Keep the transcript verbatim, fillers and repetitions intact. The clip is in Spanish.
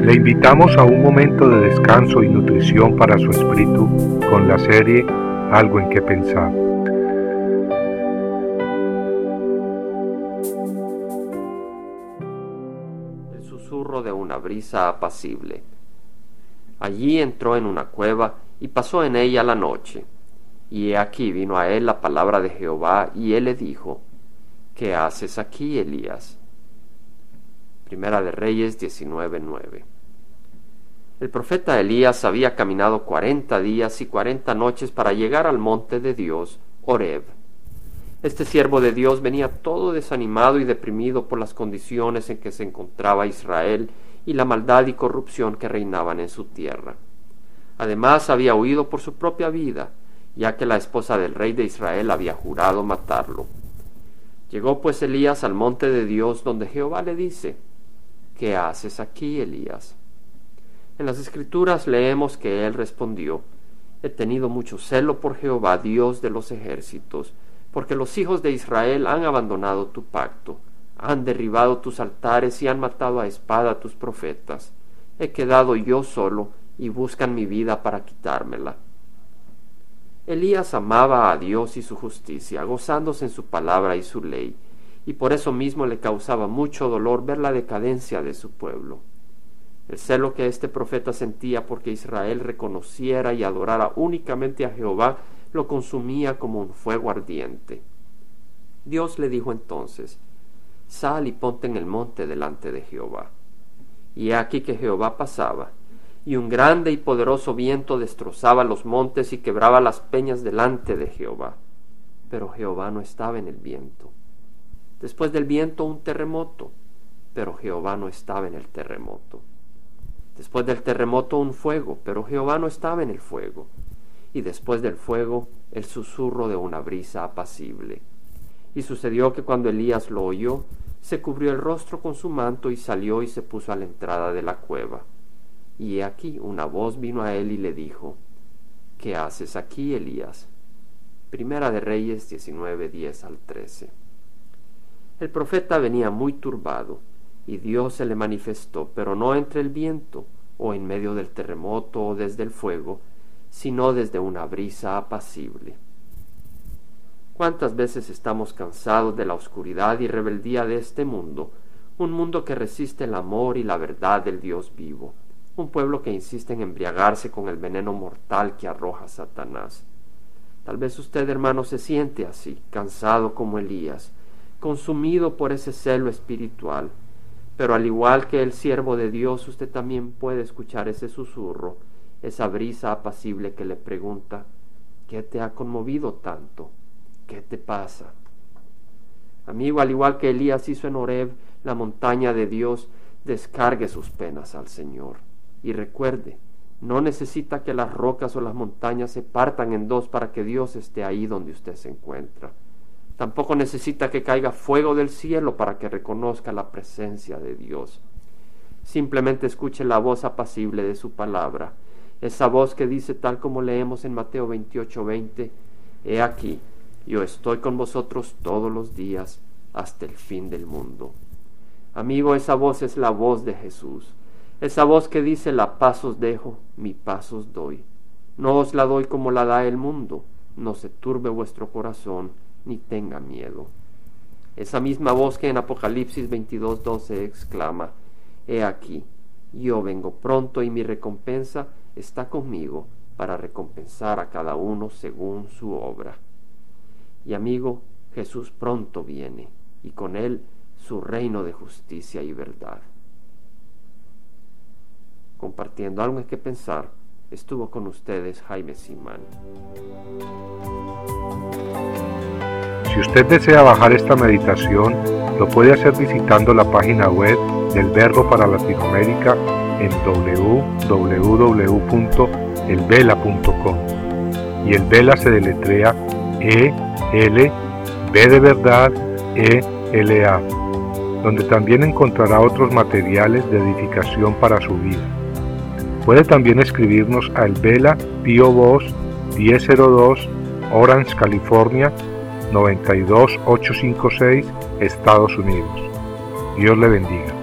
Le invitamos a un momento de descanso y nutrición para su espíritu con la serie Algo en que pensar. El susurro de una brisa apacible. Allí entró en una cueva y pasó en ella la noche. Y he aquí vino a él la palabra de Jehová, y él le dijo: ¿Qué haces aquí, Elías? Primera de Reyes diecinueve nueve. El profeta Elías había caminado cuarenta días y cuarenta noches para llegar al monte de Dios, Horeb. Este siervo de Dios venía todo desanimado y deprimido por las condiciones en que se encontraba Israel y la maldad y corrupción que reinaban en su tierra. Además había huido por su propia vida, ya que la esposa del rey de Israel había jurado matarlo. Llegó pues Elías al monte de Dios, donde Jehová le dice: ¿Qué haces aquí, Elías? En las Escrituras leemos que él respondió: He tenido mucho celo por Jehová, Dios de los ejércitos, porque los hijos de Israel han abandonado tu pacto, han derribado tus altares y han matado a espada a tus profetas. He quedado yo solo y buscan mi vida para quitármela. Elías amaba a Dios y su justicia, gozándose en su palabra y su ley, y por eso mismo le causaba mucho dolor ver la decadencia de su pueblo. El celo que este profeta sentía porque Israel reconociera y adorara únicamente a Jehová lo consumía como un fuego ardiente. Dios le dijo entonces: Sal y ponte en el monte delante de Jehová. Y he aquí que Jehová pasaba, y un grande y poderoso viento destrozaba los montes y quebraba las peñas delante de Jehová. Pero Jehová no estaba en el viento. Después del viento un terremoto, pero Jehová no estaba en el terremoto. Después del terremoto un fuego, pero Jehová no estaba en el fuego. Y después del fuego el susurro de una brisa apacible. Y sucedió que cuando Elías lo oyó, se cubrió el rostro con su manto y salió y se puso a la entrada de la cueva. Y he aquí una voz vino a él y le dijo: ¿Qué haces aquí, Elías? Primera de Reyes diecinueve diez al trece. El profeta venía muy turbado, y Dios se le manifestó, pero no entre el viento, o en medio del terremoto, o desde el fuego, sino desde una brisa apacible. ¿Cuántas veces estamos cansados de la oscuridad y rebeldía de este mundo, un mundo que resiste el amor y la verdad del Dios vivo, un pueblo que insiste en embriagarse con el veneno mortal que arroja Satanás? Tal vez usted, hermano, se siente así, cansado como Elías, consumido por ese celo espiritual, pero al igual que el siervo de Dios, usted también puede escuchar ese susurro, esa brisa apacible que le pregunta: ¿qué te ha conmovido tanto? ¿Qué te pasa? Amigo, al igual que Elías hizo en Horeb, la montaña de Dios, descargue sus penas al Señor. Y recuerde, no necesita que las rocas o las montañas se partan en dos para que Dios esté ahí donde usted se encuentra. Tampoco necesita que caiga fuego del cielo para que reconozca la presencia de Dios. Simplemente escuche la voz apacible de su palabra, esa voz que dice, tal como leemos en Mateo veintiocho veinte: He aquí, yo estoy con vosotros todos los días hasta el fin del mundo. Amigo, esa voz es la voz de Jesús. Esa voz que dice: la paz os dejo, mi paz os doy. No os la doy como la da el mundo. No se turbe vuestro corazón, ni tenga miedo. Esa misma voz que en Apocalipsis veintidós doce exclama: He aquí, yo vengo pronto y mi recompensa está conmigo para recompensar a cada uno según su obra. Y amigo, Jesús pronto viene, y con él su reino de justicia y verdad. Compartiendo Algo en que pensar, estuvo con ustedes Jaime Simán. Si usted desea bajar esta meditación, lo puede hacer visitando la página web del Verbo para Latinoamérica en doble u doble u doble u punto el vela punto com. Y el Vela se deletrea E L B de verdad E L A, donde también encontrará otros materiales de edificación para su vida. Puede también escribirnos a El Vela, P O Box diez cero dos, Orange, California noventa y dos mil ochocientos cincuenta y seis, Estados Unidos. Dios le bendiga.